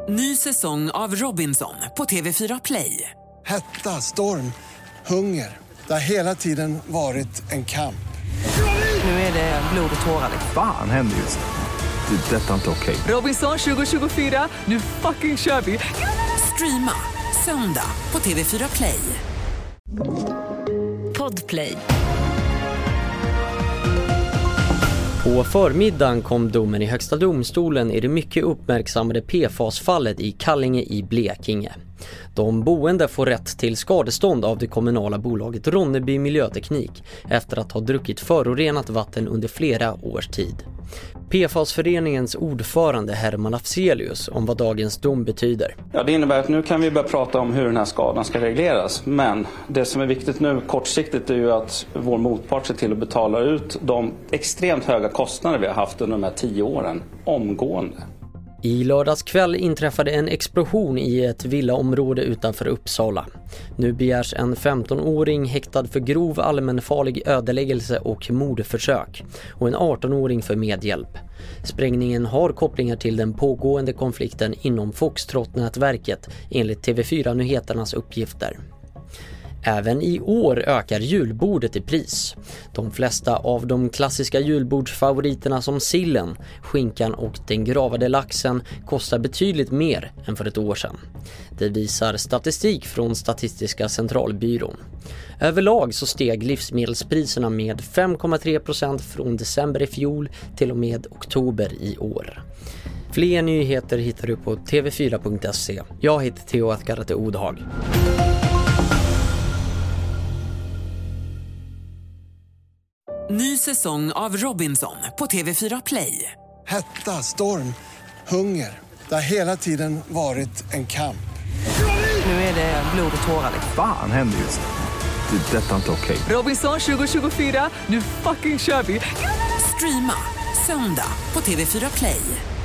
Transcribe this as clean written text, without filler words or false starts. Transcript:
Ny säsong av Robinson på TV4 Play. Hetta, storm, hunger. Det har hela tiden varit en kamp. Nu är det blod och tårar. Fan händer just det. Det är detta inte okej. Robinson 2024, nu fucking kör vi. Streama söndag på TV4 Play. Podplay. På förmiddagen kom domen i Högsta domstolen i det mycket uppmärksammade PFAS-fallet i Kallinge i Blekinge. De boende får rätt till skadestånd av det kommunala bolaget Ronneby Miljöteknik efter att ha druckit förorenat vatten under flera års tid. PFAS-föreningens ordförande Herman Afzelius om vad dagens dom betyder. Ja, det innebär att nu kan vi börja prata om hur den här skadan ska regleras. Men det som är viktigt nu kortsiktigt är ju att vår motpart ser till att betala ut de extremt höga kostnader vi har haft under de här 10 åren omgående. I lördags kväll inträffade en explosion i ett villaområde utanför Uppsala. Nu begärs en 15-åring häktad för grov allmänfarlig ödeläggelse och mordförsök och en 18-åring för medhjälp. Sprängningen har kopplingar till den pågående konflikten inom Foxtrot-nätverket enligt TV4-nyheternas uppgifter. Även i år ökar julbordet i pris. De flesta av de klassiska julbordsfavoriterna som sillen, skinkan och den gravade laxen kostar betydligt mer än för ett år sedan. Det visar statistik från Statistiska centralbyrån. Överlag så steg livsmedelspriserna med 5,3% från december i fjol till och med oktober i år. Fler nyheter hittar du på tv4.se. Jag heter Theo Atkarate Odhag. Ny säsong av Robinson på TV4 Play. Hetta, storm, hunger. Det har hela tiden varit en kamp. Nu är det blod och tårar. Fan händer just det. Det är detta inte okej. Robinson 2024, nu fucking kör vi. Streama söndag på TV4 Play.